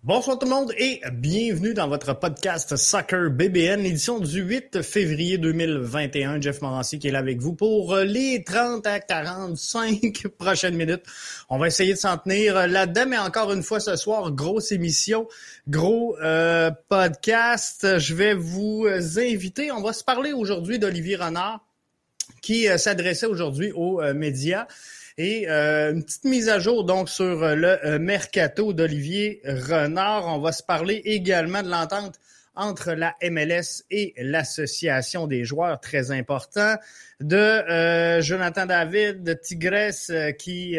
Bonsoir tout le monde et bienvenue dans votre podcast Soccer BBN, édition du 8 février 2021. Jeff Morancy qui est là avec vous pour les 30 à 45 prochaines minutes. On va essayer de s'en tenir là-dedans, mais encore une fois ce soir, grosse émission, gros podcast. Je vais vous inviter, on va se parler aujourd'hui d'Olivier Renard qui s'adressait aujourd'hui aux médias. Et une petite mise à jour donc sur le mercato d'Olivier Renard. On va se parler également de l'entente entre la MLS et l'Association des joueurs, très important, de Jonathan David de Tigres qui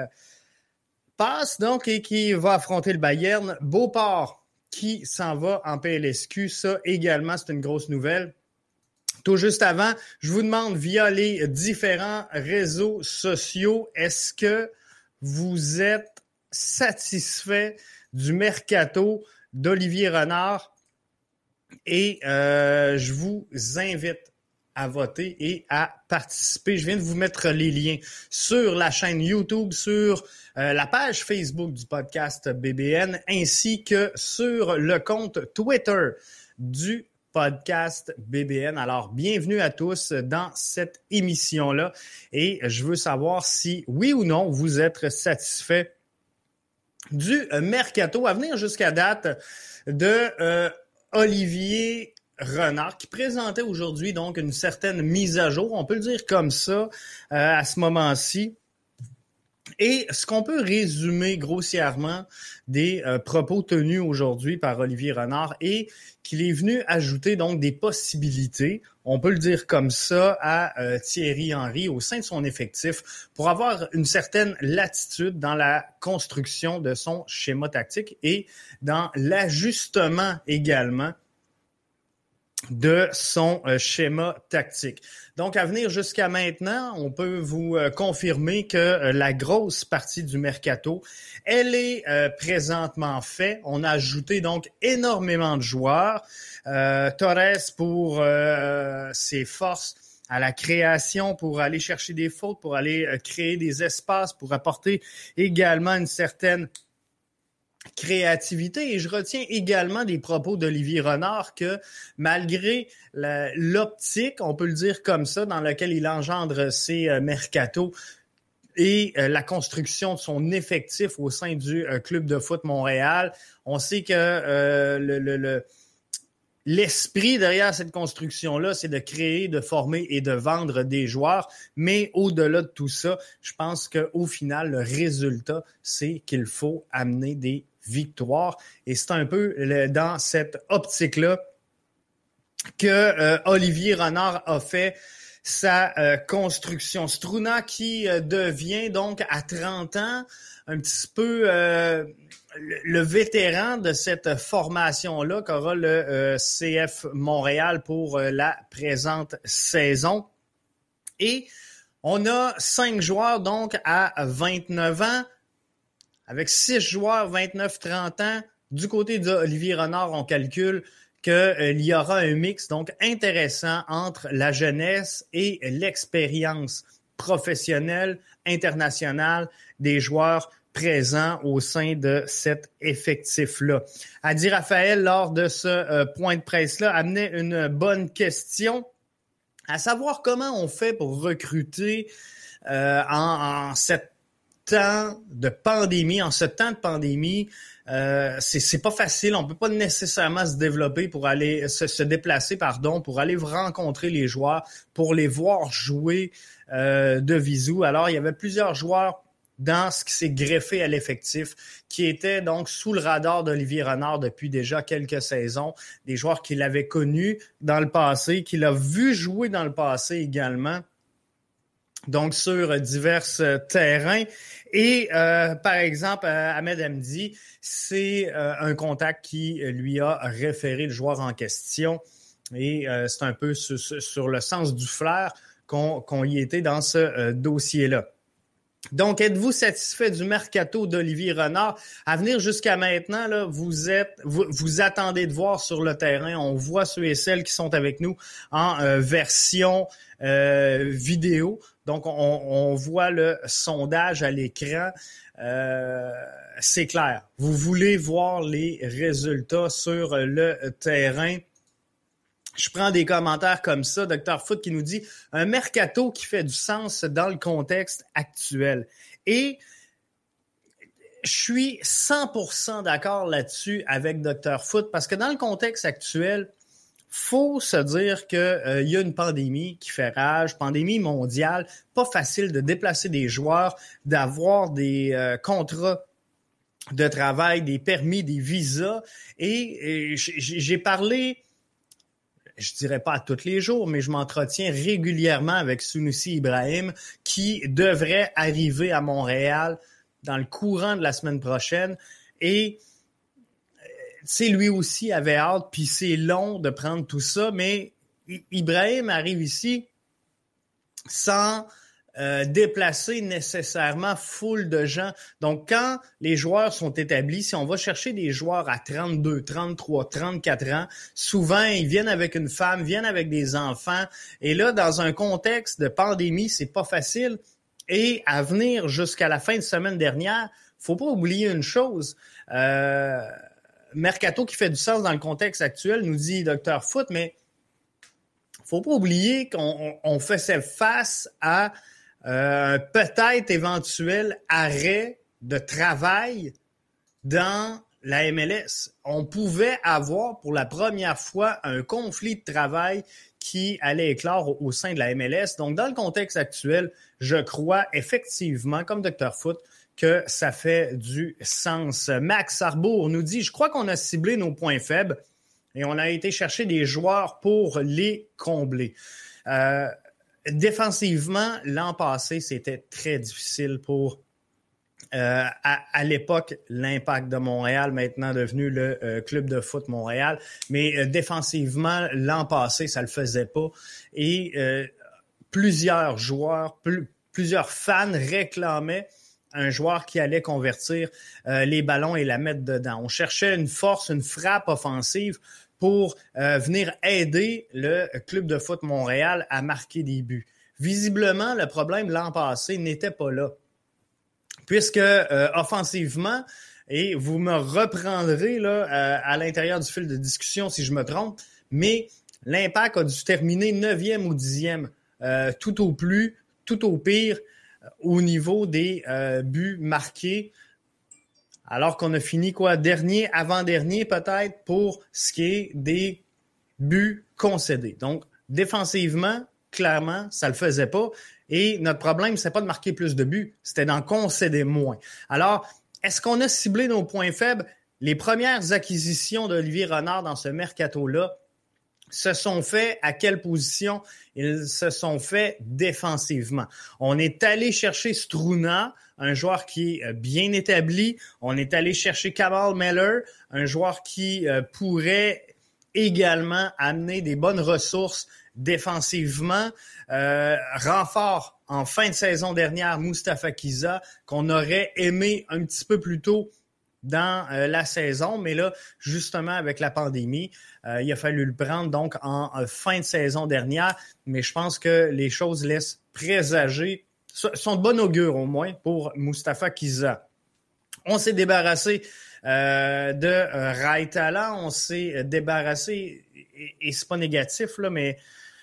passe donc et qui va affronter le Bayern. Beauport qui s'en va en PLSQ, ça également c'est une grosse nouvelle. Tout juste avant, je vous demande via les différents réseaux sociaux, est-ce que vous êtes satisfait du mercato d'Olivier Renard? Et je vous invite à voter et à participer. Je viens de vous mettre les liens sur la chaîne YouTube, sur la page Facebook du podcast BBN, ainsi que sur le compte Twitter du podcast BBN. Alors, bienvenue à tous dans cette émission-là et je veux savoir si, oui ou non, vous êtes satisfait du mercato à venir jusqu'à date de Olivier Renard qui présentait aujourd'hui donc une certaine mise à jour, on peut le dire comme ça à ce moment-ci. Et ce qu'on peut résumer grossièrement des propos tenus aujourd'hui par Olivier Renard est qu'il est venu ajouter donc des possibilités, on peut le dire comme ça, à Thierry Henry au sein de son effectif pour avoir une certaine latitude dans la construction de son schéma tactique et dans l'ajustement également de son schéma tactique. Donc, à venir jusqu'à maintenant, on peut vous confirmer que la grosse partie du mercato, elle est présentement faite. On a ajouté donc énormément de joueurs. Torres pour ses forces à la création, pour aller chercher des fautes, pour aller créer des espaces, pour apporter également une certaine créativité. Et je retiens également des propos d'Olivier Renard que malgré l'optique, on peut le dire comme ça, dans laquelle il engendre ses mercatos et la construction de son effectif au sein du Club de foot Montréal, on sait que l'esprit derrière cette construction-là, c'est de créer, de former et de vendre des joueurs. Mais au-delà de tout ça, je pense qu'au final, le résultat, c'est qu'il faut amener des victoires. Et c'est un peu dans cette optique-là que Olivier Renard a fait sa construction. Struna qui devient donc à 30 ans un petit peu le vétéran de cette formation-là qu'aura le CF Montréal pour la présente saison. Et on a 5 joueurs donc à 29 ans, avec 6 joueurs 29-30 ans. Du côté d'Olivier Renard, on calcule qu'il y aura un mix donc intéressant entre la jeunesse et l'expérience professionnelle, internationale des joueurs présents au sein de cet effectif-là. Adi Raphaël, lors de ce point de presse-là, amenait une bonne question, à savoir comment on fait pour recruter en cette temps de pandémie, en ce temps de pandémie, c'est pas facile. On peut pas nécessairement se développer pour aller se déplacer, pour aller rencontrer les joueurs, pour les voir jouer de visu. Alors, il y avait plusieurs joueurs dans ce qui s'est greffé à l'effectif, qui étaient donc sous le radar d'Olivier Renard depuis déjà quelques saisons, des joueurs qu'il avait connus dans le passé, qu'il a vu jouer dans le passé également, donc sur divers terrains. Et par exemple, Ahmed Hamdi, c'est un contact qui lui a référé le joueur en question. Et c'est un peu sur le sens du flair qu'on y était dans ce dossier-là. Donc, êtes-vous satisfait du mercato d'Olivier Renard? À venir jusqu'à maintenant, là, vous attendez de voir sur le terrain. On voit ceux et celles qui sont avec nous en version vidéo. Donc, on voit le sondage à l'écran. c'est clair. Vous voulez voir les résultats sur le terrain. Je prends des commentaires comme ça. Dr Foot qui nous dit « Un mercato qui fait du sens dans le contexte actuel. » Et je suis 100% d'accord là-dessus avec Dr Foot parce que dans le contexte actuel, faut se dire que y a une pandémie qui fait rage, pandémie mondiale, pas facile de déplacer des joueurs, d'avoir des contrats de travail, des permis, des visas. Et j'ai parlé, je dirais pas à tous les jours, mais je m'entretiens régulièrement avec Sunusi Ibrahim qui devrait arriver à Montréal dans le courant de la semaine prochaine. Et lui aussi avait hâte, puis c'est long de prendre tout ça, mais Ibrahim arrive ici sans déplacer nécessairement foule de gens. Donc, quand les joueurs sont établis, si on va chercher des joueurs à 32, 33, 34 ans, souvent, ils viennent avec une femme, viennent avec des enfants. Et là, dans un contexte de pandémie, c'est pas facile. Et à venir jusqu'à la fin de semaine dernière, faut pas oublier une chose. Mercato qui fait du sens dans le contexte actuel, nous dit Dr Foot, mais faut pas oublier qu'on faisait face à peut-être éventuel arrêt de travail dans la MLS. On pouvait avoir pour la première fois un conflit de travail qui allait éclore au sein de la MLS. Donc, dans le contexte actuel, je crois effectivement, comme Dr Foot, que ça fait du sens. Max Arbour nous dit « Je crois qu'on a ciblé nos points faibles et on a été chercher des joueurs pour les combler. » Défensivement, l'an passé, c'était très difficile pour, à l'époque, l'Impact de Montréal, maintenant devenu le Club de foot Montréal. Mais défensivement, l'an passé, ça le faisait pas. Et plusieurs joueurs, plusieurs fans réclamaient un joueur qui allait convertir les ballons et la mettre dedans. On cherchait une force, une frappe offensive pour venir aider le Club de foot Montréal à marquer des buts. Visiblement, le problème l'an passé n'était pas là. Puisque offensivement, et vous me reprendrez là, à l'intérieur du fil de discussion si je me trompe, mais l'Impact a dû terminer 9e ou 10e, tout au plus, tout au pire, au niveau des buts marqués. Alors qu'on a fini dernier, avant-dernier peut-être pour ce qui est des buts concédés. Donc, défensivement, clairement, ça le faisait pas. Et notre problème, c'est pas de marquer plus de buts, c'était d'en concéder moins. Alors, est-ce qu'on a ciblé nos points faibles? Les premières acquisitions d'Olivier Renard dans ce mercato-là se sont faits à quelle position? Ils se sont faits défensivement. On est allé chercher Struna, un joueur qui est bien établi. On est allé chercher Kamal Miller, un joueur qui pourrait également amener des bonnes ressources défensivement. Renfort en fin de saison dernière, Moustapha Kiza, qu'on aurait aimé un petit peu plus tôt dans la saison, mais là, justement, avec la pandémie, il a fallu le prendre donc en fin de saison dernière, mais je pense que les choses laissent présager, sont de bon augure au moins pour Moustapha Kiza. On s'est débarrassé de Raitala, on s'est débarrassé, et c'est pas négatif, là, mais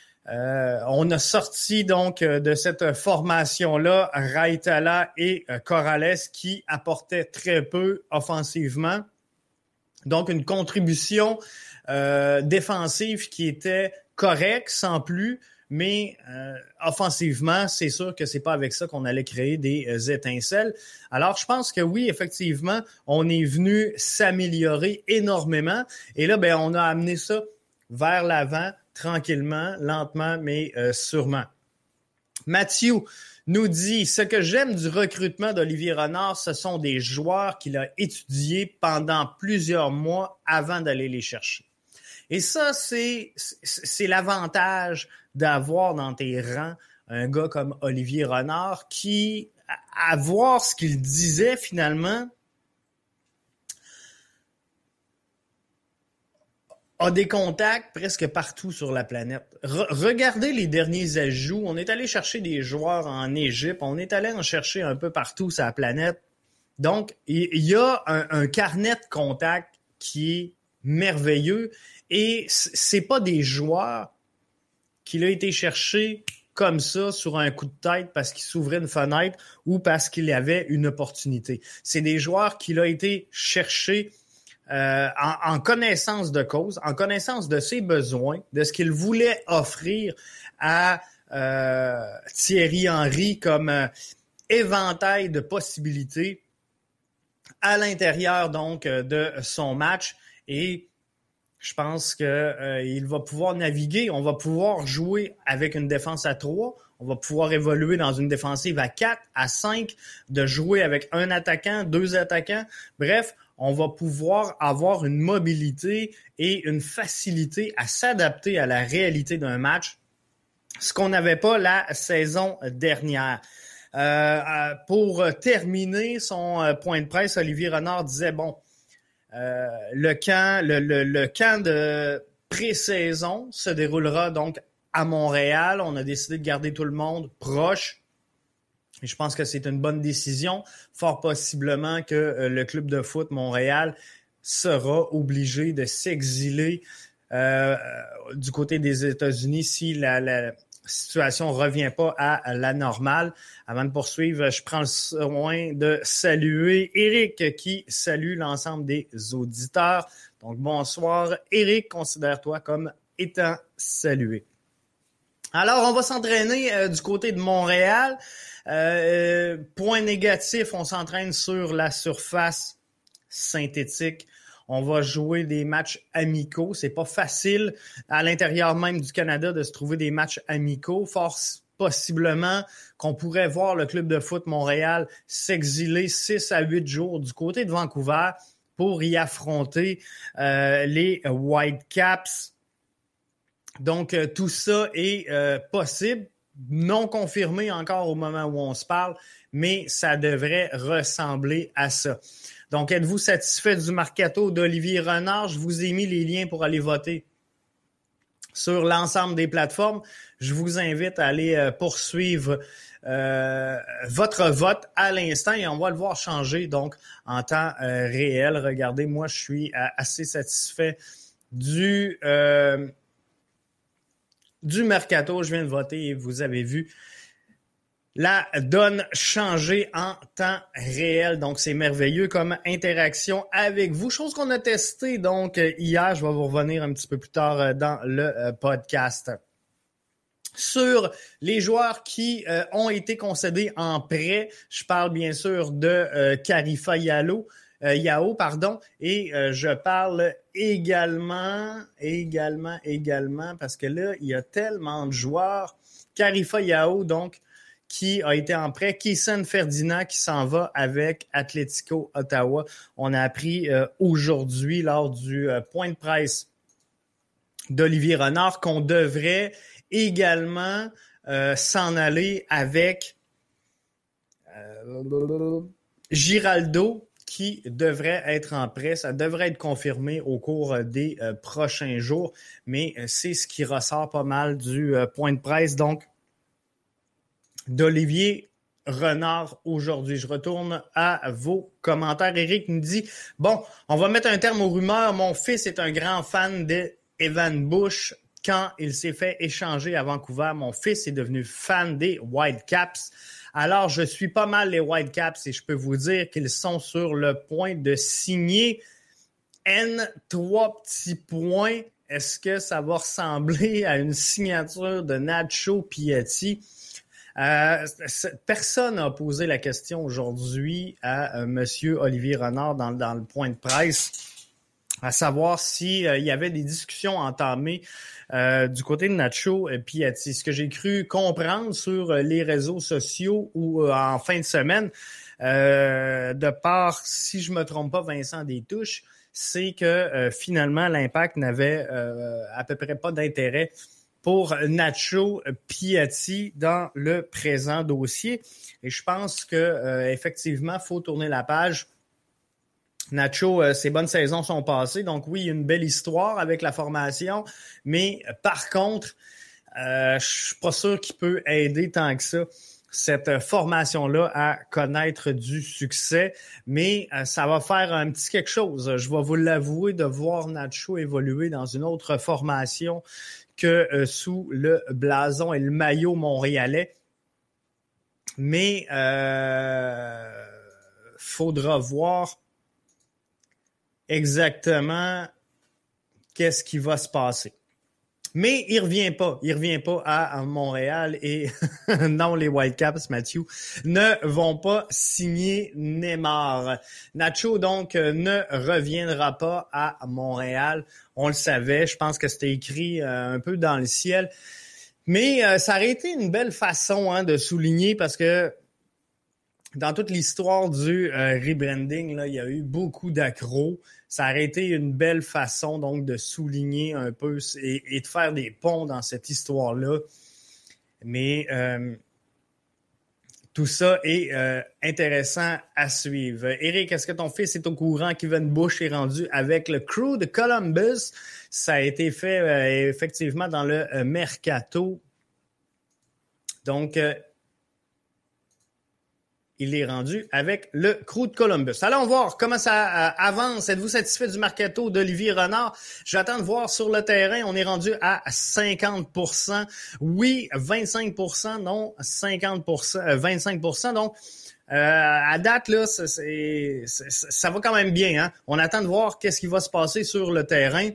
on a sorti donc de cette formation-là Raitala et Corrales qui apportaient très peu offensivement. Donc, une contribution défensive qui était correcte, sans plus, mais offensivement, c'est sûr que c'est pas avec ça qu'on allait créer des étincelles. Alors, je pense que oui, effectivement, on est venu s'améliorer énormément. Et là, on a amené ça vers l'avant, tranquillement, lentement, mais sûrement. Mathieu nous dit « Ce que j'aime du recrutement d'Olivier Renard, ce sont des joueurs qu'il a étudiés pendant plusieurs mois avant d'aller les chercher. » Et ça, c'est l'avantage d'avoir dans tes rangs un gars comme Olivier Renard qui, à voir ce qu'il disait finalement, a des contacts presque partout sur la planète. Regardez les derniers ajouts. On est allé chercher des joueurs en Égypte. On est allé en chercher un peu partout sur la planète. Donc, il y a un carnet de contact qui est merveilleux et c'est pas des joueurs qu'il a été chercher comme ça sur un coup de tête parce qu'il s'ouvrait une fenêtre ou parce qu'il avait une opportunité. C'est des joueurs qu'il a été chercher en connaissance de cause, en connaissance de ses besoins, de ce qu'il voulait offrir à Thierry Henry comme éventail de possibilités à l'intérieur donc de son match. Et je pense qu'il va pouvoir naviguer. On va pouvoir jouer avec une défense à 3. On va pouvoir évoluer dans une défensive à 4, à 5, de jouer avec un attaquant, 2 attaquants. Bref, on va pouvoir avoir une mobilité et une facilité à s'adapter à la réalité d'un match, ce qu'on n'avait pas la saison dernière. Pour terminer son point de presse, Olivier Renard disait, le camp de pré-saison se déroulera donc à Montréal. On a décidé de garder tout le monde proche. Et je pense que c'est une bonne décision. Fort possiblement que le club de foot Montréal sera obligé de s'exiler du côté des États-Unis si la situation ne revient pas à la normale. Avant de poursuivre, je prends le soin de saluer Éric qui salue l'ensemble des auditeurs. Donc, bonsoir. Éric, considère-toi comme étant salué. Alors, on va s'entraîner du côté de Montréal. Point négatif, on s'entraîne sur la surface synthétique. On va jouer des matchs amicaux. C'est pas facile à l'intérieur même du Canada de se trouver des matchs amicaux. Fort possiblement qu'on pourrait voir le club de foot Montréal s'exiler 6 à 8 jours du côté de Vancouver pour y affronter les Whitecaps. Donc, tout ça est possible, non confirmé encore au moment où on se parle, mais ça devrait ressembler à ça. Donc, êtes-vous satisfait du mercato d'Olivier Renard? Je vous ai mis les liens pour aller voter sur l'ensemble des plateformes. Je vous invite à aller poursuivre votre vote à l'instant et on va le voir changer donc en temps réel. Regardez, moi, je suis assez satisfait du mercato. Je viens de voter et vous avez vu la donne changer en temps réel. Donc, c'est merveilleux comme interaction avec vous. Chose qu'on a testé donc hier. Je vais vous revenir un petit peu plus tard dans le podcast. Sur les joueurs qui ont été concédés en prêt, je parle bien sûr de Karifa Yao, et je parle également, parce que là, il y a tellement de joueurs. Karifa Yao, donc, qui a été en prêt. Keyson Ferdinand qui s'en va avec Atlético Ottawa. On a appris aujourd'hui, lors du point de presse d'Olivier Renard, qu'on devrait également s'en aller avec Giraldo, qui devrait être en prêt. Ça devrait être confirmé au cours des prochains jours, mais c'est ce qui ressort pas mal du point de presse donc d'Olivier Renard aujourd'hui. Je retourne à vos commentaires. Éric nous dit, bon, on va mettre un terme aux rumeurs. Mon fils est un grand fan d'Evan Bush. Quand il s'est fait échanger à Vancouver, mon fils est devenu fan des Whitecaps. Alors, je suis pas mal les Whitecaps et je peux vous dire qu'ils sont sur le point de signer N3 petits points. Est-ce que ça va ressembler à une signature de Nacho Piatti? Personne n'a posé la question aujourd'hui à M. Olivier Renard dans le point de presse, à savoir s'il y avait des discussions entamées du côté de Nacho Piatti. Ce que j'ai cru comprendre sur les réseaux sociaux ou en fin de semaine, de part, si je me trompe pas, Vincent Destouches, c'est que finalement l'Impact n'avait à peu près pas d'intérêt pour Nacho Piatti dans le présent dossier. Et je pense que effectivement, il faut tourner la page. Nacho, ses bonnes saisons sont passées. Donc oui, il y a une belle histoire avec la formation. Mais par contre, je suis pas sûr qu'il peut aider tant que ça cette formation-là à connaître du succès, mais ça va faire un petit quelque chose. Je vais vous l'avouer, de voir Nacho évoluer dans une autre formation que sous le blason et le maillot montréalais. Mais faudra voir exactement qu'est-ce qui va se passer. Mais il revient pas à Montréal et non, les Whitecaps, Mathieu, ne vont pas signer Neymar. Nacho, donc, ne reviendra pas à Montréal. On le savait, je pense que c'était écrit un peu dans le ciel. Mais ça aurait été une belle façon de souligner parce que dans toute l'histoire du rebranding, là, il y a eu beaucoup d'accros. Ça aurait été une belle façon donc de souligner un peu et de faire des ponts dans cette histoire-là. Mais tout ça est intéressant à suivre. Eric, est-ce que ton fils est au courant qu'Evan Bush est rendu avec le crew de Columbus? Ça a été fait effectivement dans le Mercato. Donc, il est rendu avec le crew de Columbus. Allons voir comment ça avance. Êtes-vous satisfait du mercato d'Olivier Renard? J'attends de voir sur le terrain. On est rendu à 50%. Oui, 25%. Non, 50%, 25%. Donc, à date, là, ça va quand même bien. Hein? On attend de voir qu'est-ce qui va se passer sur le terrain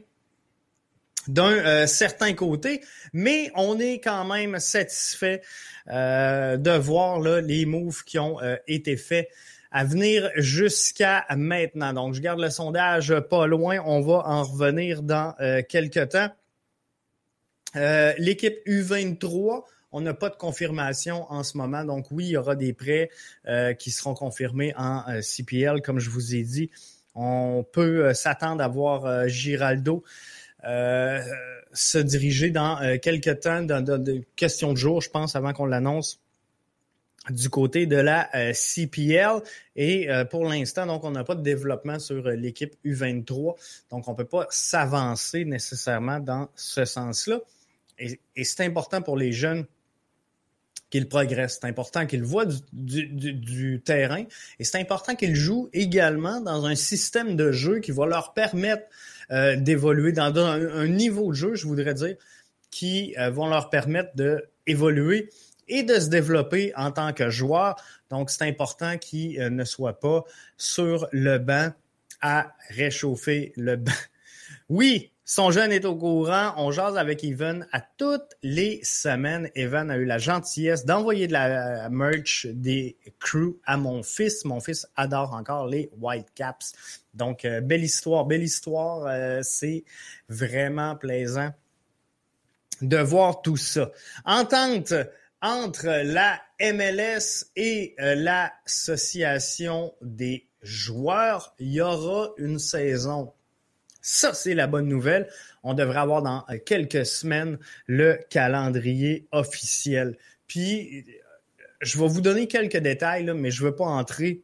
d'un certain côté, mais on est quand même satisfait de voir là, les moves qui ont été faits à venir jusqu'à maintenant. Donc, je garde le sondage pas loin. On va en revenir dans quelques temps. L'équipe U23, on n'a pas de confirmation en ce moment. Donc, oui, il y aura des prêts qui seront confirmés en CPL. Comme je vous ai dit, on peut s'attendre à voir Giraldo se diriger dans quelques temps, dans question de jours, je pense, avant qu'on l'annonce, du côté de la CPL. Et pour l'instant, donc, on n'a pas de développement sur l'équipe U23. Donc, on ne peut pas s'avancer nécessairement dans ce sens-là. Et c'est important pour les jeunes qu'ils progressent. C'est important qu'ils voient du terrain. Et c'est important qu'ils jouent également dans un système de jeu qui va leur permettre d'évoluer dans un niveau de jeu, je voudrais dire, qui vont leur permettre d'évoluer et de se développer en tant que joueur. Donc, c'est important qu'ils ne soient pas sur le banc à réchauffer le banc. Oui, son jeune est au courant. On jase avec Evan à toutes les semaines. Evan a eu la gentillesse d'envoyer de la merch des crews à mon fils. Mon fils adore encore les Whitecaps. Donc, belle histoire, belle histoire. C'est vraiment plaisant de voir tout ça. Entente entre la MLS et l'association des joueurs. Il y aura une saison. Ça, c'est la bonne nouvelle. On devrait avoir dans quelques semaines le calendrier officiel. Puis, je vais vous donner quelques détails, là, mais je ne veux pas entrer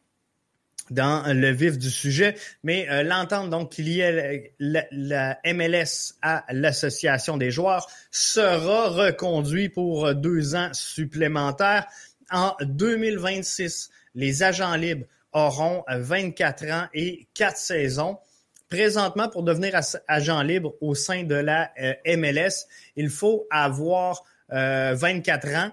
dans le vif du sujet. Mais l'entente donc qu'il y ait la MLS à l'association des joueurs sera reconduit pour 2 ans supplémentaires. En 2026, les agents libres auront 24 ans et 4 saisons. Présentement, pour devenir agent libre au sein de la MLS, il faut avoir 24 ans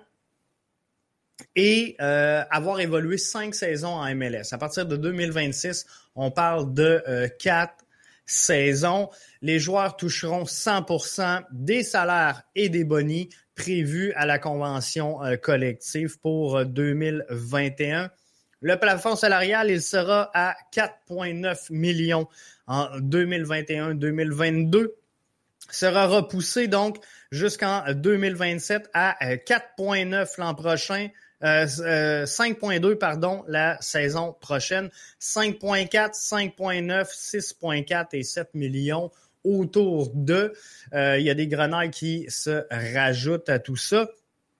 et avoir évolué 5 saisons en MLS. À partir de 2026, on parle de 4 saisons. Les joueurs toucheront 100% des salaires et des bonis prévus à la convention collective pour 2021. Le plafond salarial, il sera à 4,9 millions en 2021-2022. Sera repoussé donc jusqu'en 2027 à 4,9 l'an prochain. 5,2 pardon, la saison prochaine. 5,4, 5,9, 6,4 et 7 millions autour d'eux. Il y a des grenailles qui se rajoutent à tout ça.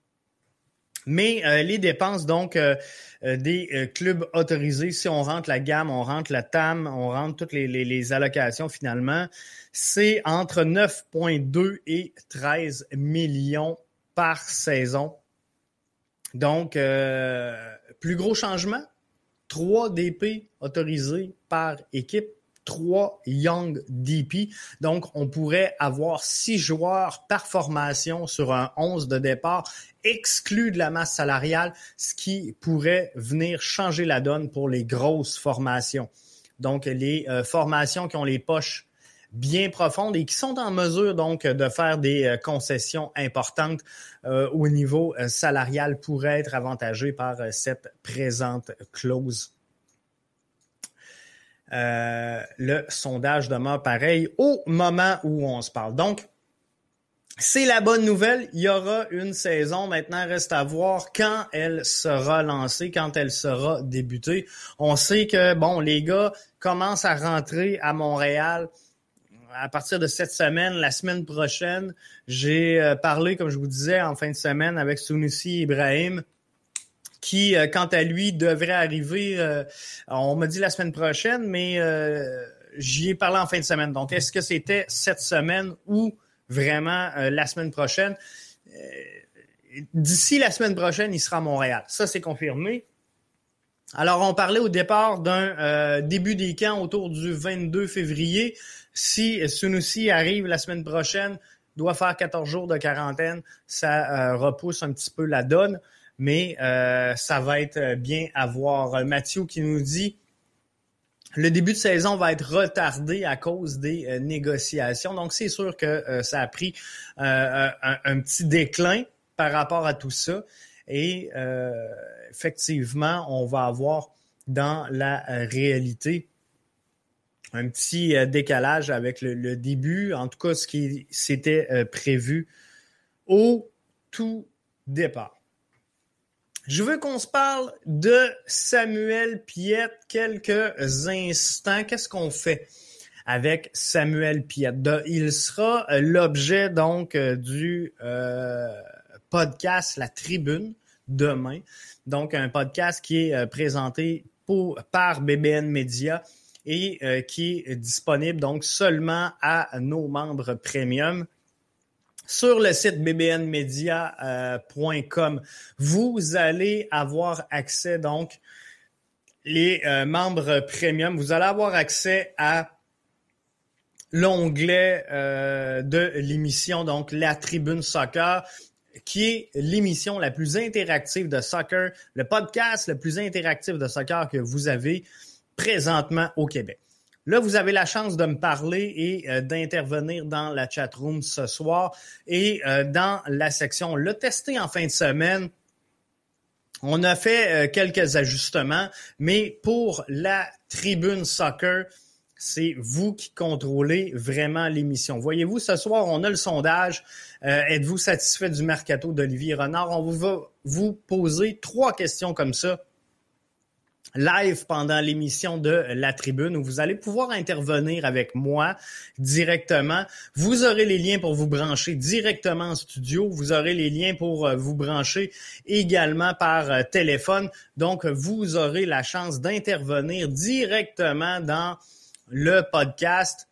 Mais les dépenses donc des clubs autorisés, si on rentre la gamme, on rentre la TAM, on rentre toutes les allocations finalement, c'est entre 9,2 et 13 millions par saison. Donc, plus gros changement, 3 DP autorisés par équipe, 3 Young DP. Donc, on pourrait avoir 6 joueurs par formation sur un 11 de départ, exclus de la masse salariale, ce qui pourrait venir changer la donne pour les grosses formations. Donc, les formations qui ont les poches bien profondes et qui sont en mesure donc de faire des concessions importantes au niveau salarial pourraient être avantagées par cette présente clause. Le sondage demeure pareil au moment où on se parle. Donc, c'est la bonne nouvelle. Il y aura une saison. Maintenant, reste à voir quand elle sera lancée, quand elle sera débutée. On sait que, bon, les gars commencent à rentrer à Montréal à partir de cette semaine, la semaine prochaine. J'ai parlé, comme je vous disais, en fin de semaine avec Sunusi Ibrahim, qui, quant à lui, devrait arriver, on m'a dit la semaine prochaine, mais j'y ai parlé en fin de semaine. Donc, est-ce que c'était cette semaine ou vraiment la semaine prochaine? D'ici la semaine prochaine, il sera à Montréal. Ça, c'est confirmé. Alors, on parlait au départ d'un début des camps autour du 22 février. Si Sunusi arrive la semaine prochaine, doit faire 14 jours de quarantaine, ça repousse un petit peu la donne, mais ça va être bien à voir. Mathieu qui nous dit le début de saison va être retardé à cause des négociations. Donc, c'est sûr que ça a pris un petit déclin par rapport à tout ça. Et effectivement, on va avoir dans la réalité un petit décalage avec le début, en tout cas ce qui s'était prévu au tout départ. Je veux qu'on se parle de Samuel Piette quelques instants. Qu'est-ce qu'on fait avec Samuel Piette? Il sera l'objet donc du podcast La Tribune demain. Donc, un podcast qui est présenté par BBN Media et qui est disponible donc seulement à nos membres premium. Sur le site bbnmedia.com, vous allez avoir accès, donc, les membres premium, vous allez avoir accès à l'onglet de l'émission, donc La Tribune Soccer, qui est l'émission la plus interactive de soccer, le podcast le plus interactif de soccer que vous avez présentement au Québec. Là, vous avez la chance de me parler et d'intervenir dans la chatroom ce soir et dans la section « Le tester en fin de semaine ». On a fait quelques ajustements, mais pour la Tribune Soccer, c'est vous qui contrôlez vraiment l'émission. Voyez-vous, ce soir, on a le sondage. Êtes-vous satisfait du mercato d'Olivier Renard? On va vous poser 3 questions comme ça live pendant l'émission de La Tribune où vous allez pouvoir intervenir avec moi directement. Vous aurez les liens pour vous brancher directement en studio. Vous aurez les liens pour vous brancher également par téléphone. Donc, vous aurez la chance d'intervenir directement dans le podcast.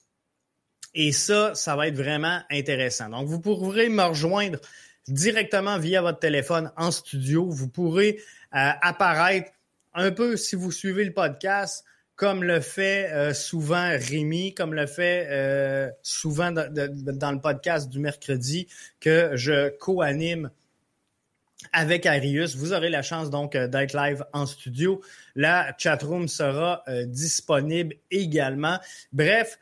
Et ça va être vraiment intéressant. Donc, vous pourrez me rejoindre directement via votre téléphone en studio. Vous pourrez apparaître un peu, si vous suivez le podcast, comme le fait souvent Rémi, comme le fait souvent dans le podcast du mercredi que je co-anime avec Arius. Vous aurez la chance donc d'être live en studio. La chatroom sera disponible également. Bref,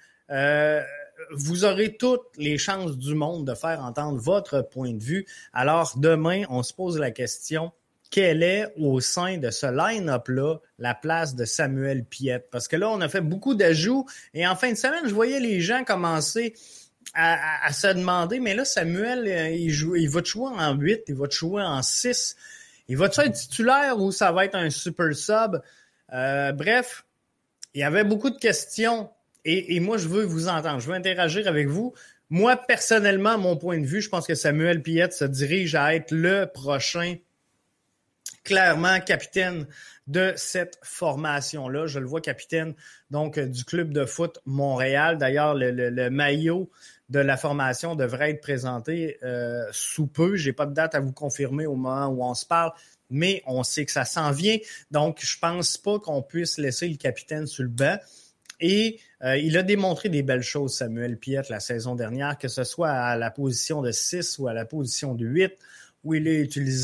vous aurez toutes les chances du monde de faire entendre votre point de vue. Alors, demain, on se pose la question: quelle est, au sein de ce line-up-là, la place de Samuel Piette? Parce que là, on a fait beaucoup d'ajouts et en fin de semaine, je voyais les gens commencer à se demander, mais là, Samuel, il va te jouer en 8, il va te jouer en 6, il va-tu être titulaire ou ça va être un super sub? Bref, il y avait beaucoup de questions et moi, je veux vous entendre, je veux interagir avec vous. Moi, personnellement, mon point de vue, je pense que Samuel Piette se dirige à être le prochain clairement capitaine de cette formation-là. Je le vois capitaine donc du club de foot Montréal. D'ailleurs, le maillot de la formation devrait être présenté sous peu. J'ai pas de date à vous confirmer au moment où on se parle, mais on sait que ça s'en vient. Donc, je pense pas qu'on puisse laisser le capitaine sur le banc. Et il a démontré des belles choses, Samuel Piette, la saison dernière, que ce soit à la position de 6 ou à la position de 8, où il a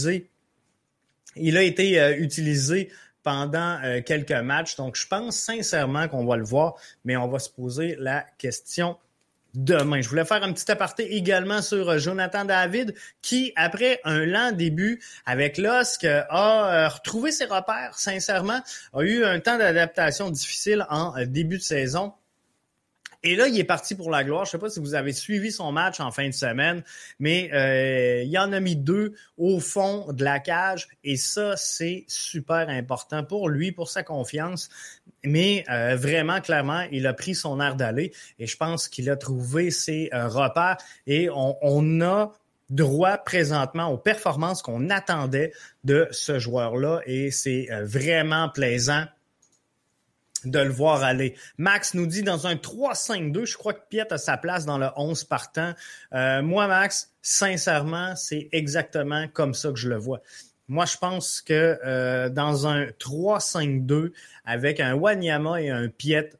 été utilisé pendant quelques matchs. Donc, je pense sincèrement qu'on va le voir, mais on va se poser la question demain. Je voulais faire un petit aparté également sur Jonathan David, qui, après un lent début avec LOSC, a retrouvé ses repères, sincèrement, a eu un temps d'adaptation difficile en début de saison. Et là, il est parti pour la gloire. Je ne sais pas si vous avez suivi son match en fin de semaine, mais il en a mis 2 au fond de la cage. Et ça, c'est super important pour lui, pour sa confiance. Mais vraiment, clairement, il a pris son air d'aller. Et je pense qu'il a trouvé ses repères. Et on a droit présentement aux performances qu'on attendait de ce joueur-là. Et c'est vraiment plaisant de le voir aller. Max nous dit dans un 3-5-2, je crois que Piette a sa place dans le 11 partant. Moi, Max, sincèrement, c'est exactement comme ça que je le vois. Moi, je pense que dans un 3-5-2, avec un Wanyama et un Piette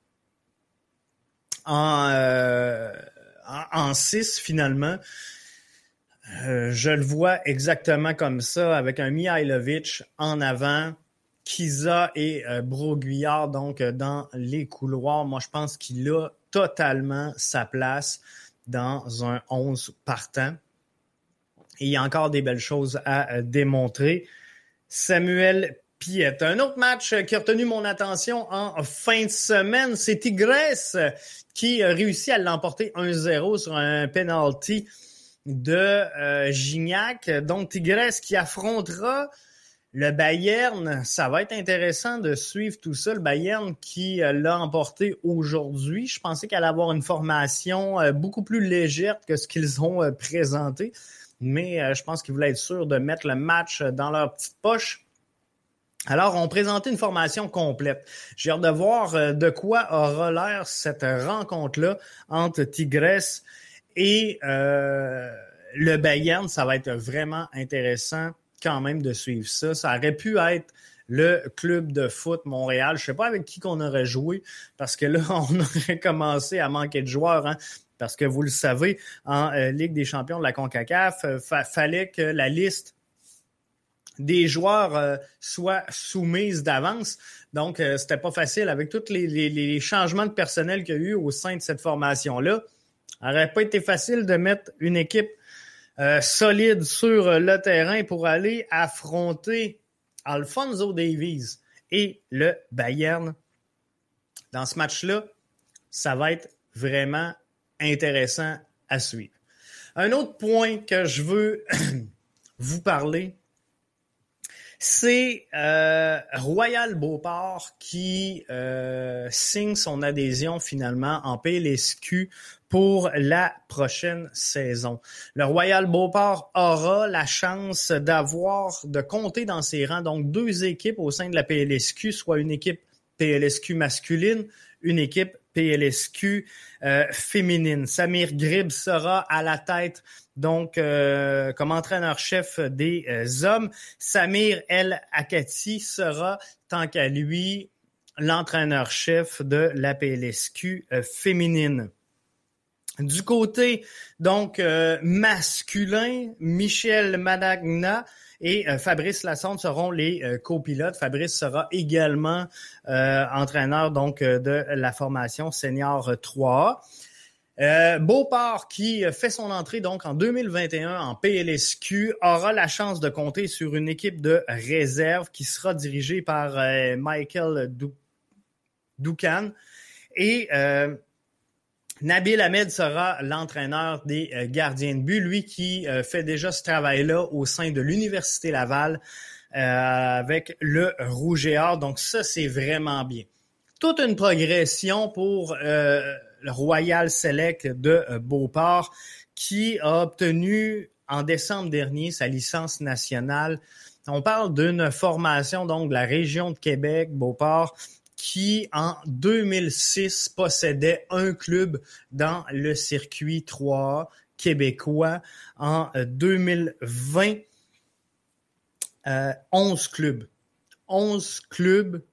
en 6, finalement, je le vois exactement comme ça, avec un Mihailovic en avant, Kiza et Broguillard, donc dans les couloirs. Moi, je pense qu'il a totalement sa place dans un 11 partant. Et il y a encore des belles choses à démontrer. Samuel Piette. Un autre match qui a retenu mon attention en fin de semaine, c'est Tigres qui a réussi à l'emporter 1-0 sur un penalty de Gignac. Donc, Tigres qui affrontera le Bayern. Ça va être intéressant de suivre tout ça. Le Bayern qui l'a emporté aujourd'hui. Je pensais qu'elle allait avoir une formation beaucoup plus légère que ce qu'ils ont présenté. Mais je pense qu'ils voulaient être sûrs de mettre le match dans leur petite poche. Alors, on présentait une formation complète. J'ai hâte de voir de quoi aura l'air cette rencontre-là entre Tigres et le Bayern. Ça va être vraiment intéressant quand même de suivre ça. Ça aurait pu être le club de foot Montréal. Je ne sais pas avec qui qu'on aurait joué parce que là, on aurait commencé à manquer de joueurs. Hein, parce que vous le savez, en Ligue des champions de la CONCACAF, fallait que la liste des joueurs soit soumise d'avance. Donc, c'était pas facile avec tous les changements de personnel qu'il y a eu au sein de cette formation-là. Ça n'aurait pas été facile de mettre une équipe solide sur le terrain pour aller affronter Alphonso Davies et le Bayern. Dans ce match-là, ça va être vraiment intéressant à suivre. Un autre point que je veux vous parler, c'est Royal Beauport qui signe son adhésion finalement en PLSQ pour la prochaine saison. Le Royal Beauport aura la chance de compter dans ses rangs donc 2 équipes au sein de la PLSQ, soit une équipe PLSQ masculine, une équipe PLSQ féminine. Samir Grib sera à la tête donc comme entraîneur-chef des hommes. Samir El Akati sera, tant qu'à lui, l'entraîneur-chef de la PLSQ féminine. Du côté donc masculin, Michel Madagna et Fabrice Lassonde seront les copilotes. Fabrice sera également entraîneur donc de la formation senior 3A. Beauport, qui fait son entrée donc en 2021 en PLSQ, aura la chance de compter sur une équipe de réserve qui sera dirigée par Michael Doucan. Et Nabil Ahmed sera l'entraîneur des gardiens de but, lui qui fait déjà ce travail-là au sein de l'Université Laval avec le Rouge et Or. Donc ça, c'est vraiment bien. Toute une progression pour le Royal Select de Beauport qui a obtenu en décembre dernier sa licence nationale. On parle d'une formation donc de la région de Québec, Beauport, qui, en 2006, possédait un club dans le circuit 3A québécois. En 2020, 11 clubs. 11 clubs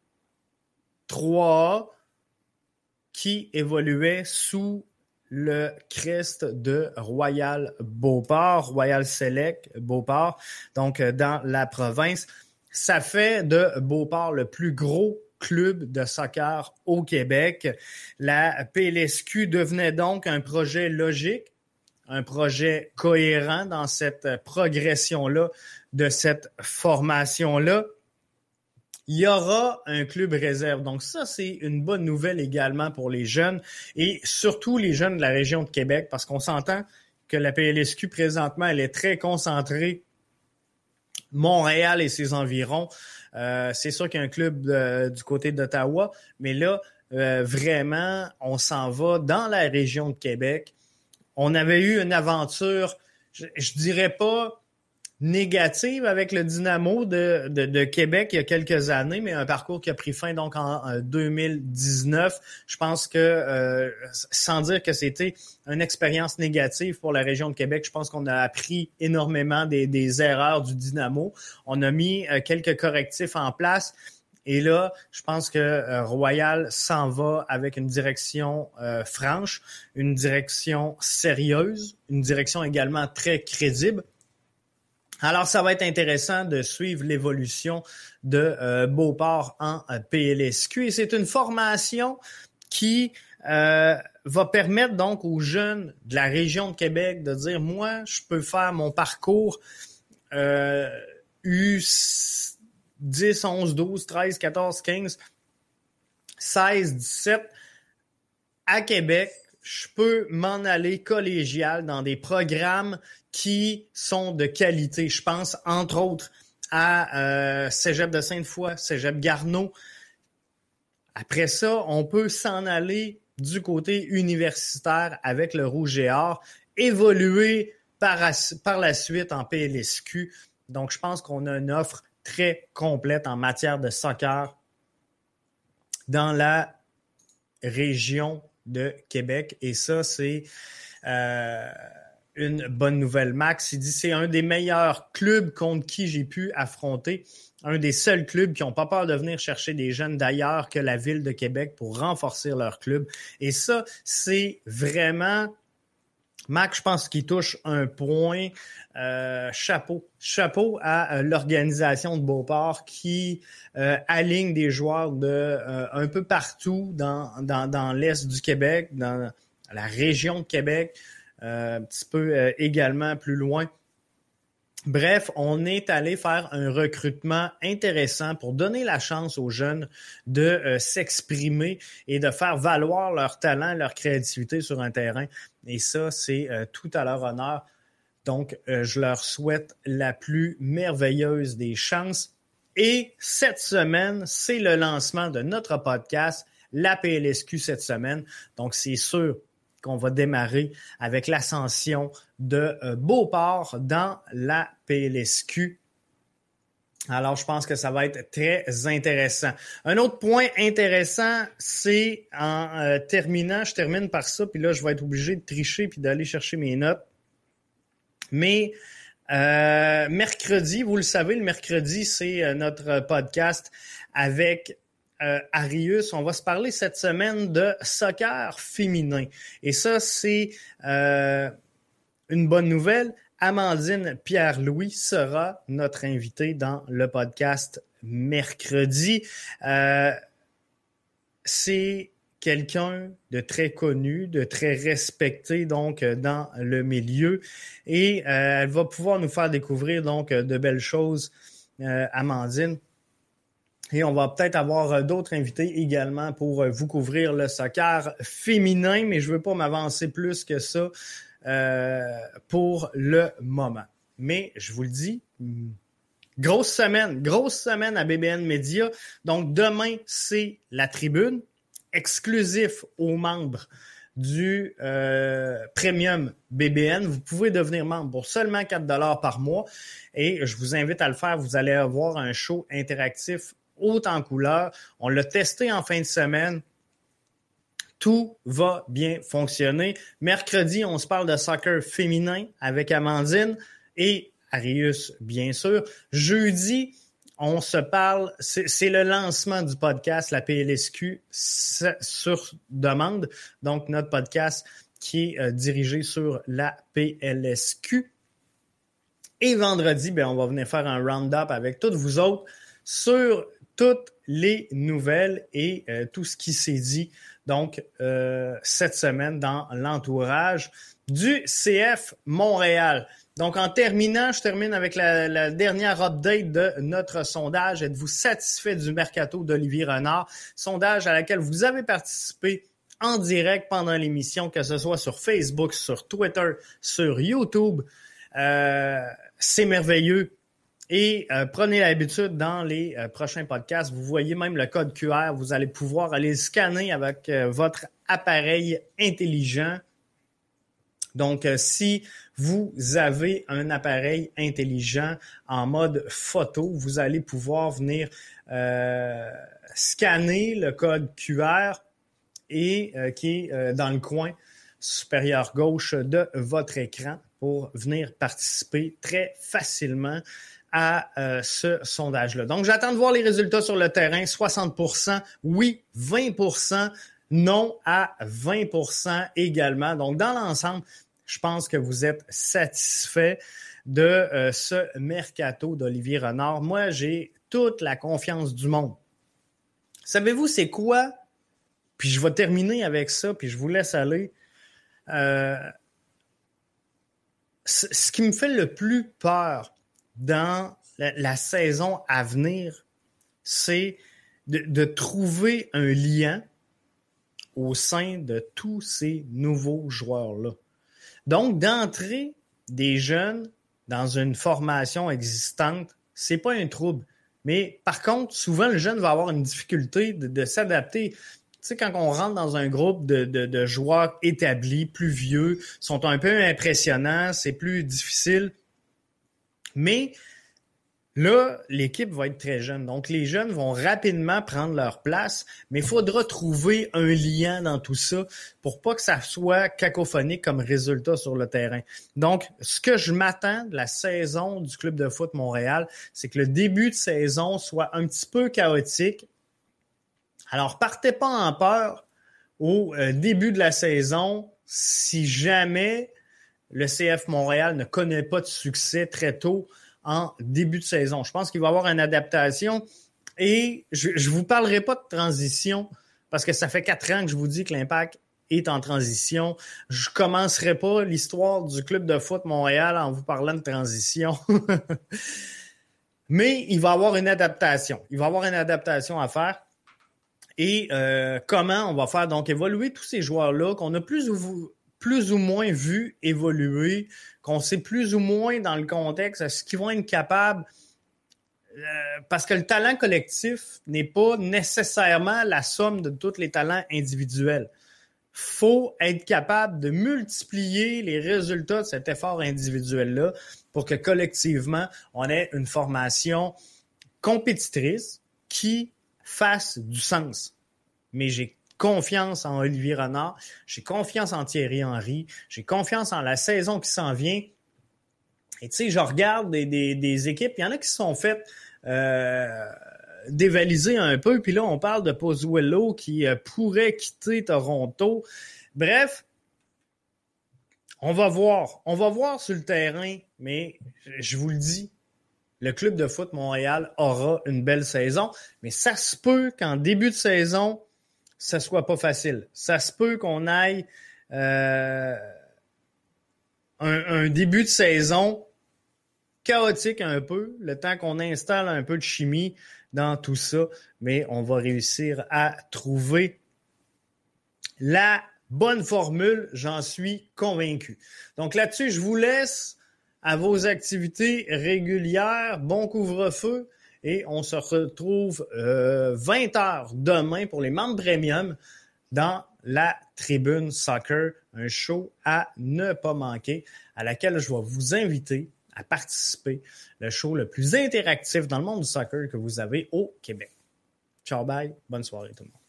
3A qui évoluaient sous le crest de Royal Beauport, Royal Select Beauport, donc dans la province. Ça fait de Beauport le plus gros club de soccer au Québec. La PLSQ devenait donc un projet logique, un projet cohérent dans cette progression-là, de cette formation-là. Il y aura un club réserve. Donc ça, c'est une bonne nouvelle également pour les jeunes et surtout les jeunes de la région de Québec parce qu'on s'entend que la PLSQ présentement, elle est très concentrée Montréal et ses environs. C'est sûr qu'il y a un club du côté d'Ottawa, mais là, vraiment, on s'en va dans la région de Québec. On avait eu une aventure, je dirais pas négative avec le Dynamo de Québec il y a quelques années, mais un parcours qui a pris fin donc en 2019. Je pense que, sans dire que c'était une expérience négative pour la région de Québec, je pense qu'on a appris énormément des erreurs du Dynamo. On a mis quelques correctifs en place. Et là, je pense que Royal s'en va avec une direction franche, une direction sérieuse, une direction également très crédible. Alors, ça va être intéressant de suivre l'évolution de Beauport en PLSQ. Et c'est une formation qui va permettre donc aux jeunes de la région de Québec de dire, moi, je peux faire mon parcours U10, 11, 12, 13, 14, 15, 16, 17 à Québec. Je peux m'en aller collégial dans des programmes qui sont de qualité. Je pense, entre autres, à Cégep de Sainte-Foy, Cégep Garneau. Après ça, on peut s'en aller du côté universitaire avec le Rouge et Or, évoluer par la suite en PLSQ. Donc, je pense qu'on a une offre très complète en matière de soccer dans la région de Québec. Et ça, c'est une bonne nouvelle. Max, il dit c'est un des meilleurs clubs contre qui j'ai pu affronter. Un des seuls clubs qui n'ont pas peur de venir chercher des jeunes d'ailleurs que la ville de Québec pour renforcer leur club. Et ça, c'est vraiment... Max, je pense qu'il touche un point. Chapeau à l'organisation de Beauport qui aligne des joueurs de un peu partout dans l'est du Québec, dans la région de Québec, un petit peu également plus loin. Bref, on est allé faire un recrutement intéressant pour donner la chance aux jeunes de s'exprimer et de faire valoir leur talent, leur créativité sur un terrain. Et ça, c'est tout à leur honneur. Donc, je leur souhaite la plus merveilleuse des chances. Et cette semaine, c'est le lancement de notre podcast, la PLSQ cette semaine. Donc, c'est sûr qu'on va démarrer avec l'ascension de Beauport dans la PLSQ. Alors, je pense que ça va être très intéressant. Un autre point intéressant, c'est en terminant, je termine par ça, puis là, je vais être obligé de tricher puis d'aller chercher mes notes. Mais mercredi, vous le savez, le mercredi, c'est notre podcast avec Arius. On va se parler cette semaine de soccer féminin. Et ça, c'est une bonne nouvelle. Amandine Pierre-Louis sera notre invitée dans le podcast mercredi. C'est quelqu'un de très connu, de très respecté donc dans le milieu et elle va pouvoir nous faire découvrir donc de belles choses, Amandine. Et on va peut-être avoir d'autres invités également pour vous couvrir le soccer féminin, mais je ne veux pas m'avancer plus que ça pour le moment. Mais je vous le dis, grosse semaine à BBN Media. Donc demain, c'est la tribune exclusif aux membres du Premium BBN. Vous pouvez devenir membre pour seulement 4 $ par mois et je vous invite à le faire. Vous allez avoir un show interactif haut en couleur. On l'a testé en fin de semaine. Tout va bien fonctionner. Mercredi, on se parle de soccer féminin avec Amandine et Arius, bien sûr. Jeudi, on se parle, c'est le lancement du podcast, la PLSQ sur demande. Donc, notre podcast qui est dirigé sur la PLSQ. Et vendredi, on va venir faire un round-up avec toutes vous autres sur toutes les nouvelles et tout ce qui s'est dit donc cette semaine dans l'entourage du CF Montréal. Donc, en terminant, je termine avec la dernière update de notre sondage. Êtes-vous satisfait du mercato d'Olivier Renard? Sondage à laquelle vous avez participé en direct pendant l'émission, que ce soit sur Facebook, sur Twitter, sur YouTube. C'est merveilleux. Et prenez l'habitude dans les prochains podcasts. Vous voyez même le code QR. Vous allez pouvoir aller le scanner avec votre appareil intelligent. Donc, si vous avez un appareil intelligent en mode photo, vous allez pouvoir venir scanner le code QR et qui est dans le coin supérieur gauche de votre écran pour venir participer très facilement à ce sondage-là. Donc, j'attends de voir les résultats sur le terrain. 60% oui, 20% non à 20% également. Donc, dans l'ensemble, je pense que vous êtes satisfait de ce mercato d'Olivier Renard. Moi, j'ai toute la confiance du monde. Savez-vous c'est quoi? Puis je vais terminer avec ça, puis je vous laisse aller. Ce qui me fait le plus peur dans la saison à venir, c'est de trouver un lien au sein de tous ces nouveaux joueurs-là. Donc, d'entrer des jeunes dans une formation existante, c'est pas un trouble. Mais par contre, souvent, le jeune va avoir une difficulté de s'adapter. Tu sais, quand on rentre dans un groupe de joueurs établis, plus vieux, sont un peu impressionnants, c'est plus difficile. Mais là, l'équipe va être très jeune. Donc, les jeunes vont rapidement prendre leur place, mais il faudra trouver un lien dans tout ça pour pas que ça soit cacophonique comme résultat sur le terrain. Donc, ce que je m'attends de la saison du Club de foot Montréal, c'est que le début de saison soit un petit peu chaotique. Alors, partez pas en peur au début de la saison si jamais le CF Montréal ne connaît pas de succès très tôt en début de saison. Je pense qu'il va y avoir une adaptation et je ne vous parlerai pas de transition parce que ça fait 4 ans que je vous dis que l'Impact est en transition. Je ne commencerai pas l'histoire du Club de foot Montréal en vous parlant de transition. Mais il va y avoir une adaptation. Il va y avoir une adaptation à faire. Et comment on va faire donc évoluer tous ces joueurs-là qu'on a plus ou moins vu évoluer, qu'on sait plus ou moins dans le contexte ce qu'ils vont être capables, parce que le talent collectif n'est pas nécessairement la somme de tous les talents individuels. Il faut être capable de multiplier les résultats de cet effort individuel-là pour que collectivement, on ait une formation compétitrice qui fasse du sens. Mais j'ai confiance en Olivier Renard, j'ai confiance en Thierry Henry, j'ai confiance en la saison qui s'en vient. Et tu sais, je regarde des équipes, il y en a qui se sont faites dévaliser un peu, puis là, on parle de Pozuelo qui pourrait quitter Toronto. Bref, on va voir sur le terrain, mais je vous le dis, le Club de foot Montréal aura une belle saison, mais ça se peut qu'en début de saison, ça soit pas facile. Ça se peut qu'on aille un début de saison chaotique un peu, le temps qu'on installe un peu de chimie dans tout ça, mais on va réussir à trouver la bonne formule, j'en suis convaincu. Donc là-dessus, je vous laisse à vos activités régulières. Bon couvre-feu et on se retrouve 20h demain pour les membres premium dans la Tribune Soccer, un show à ne pas manquer à laquelle je vais vous inviter à participer, le show le plus interactif dans le monde du soccer que vous avez au Québec. Ciao, bye. Bonne soirée tout le monde.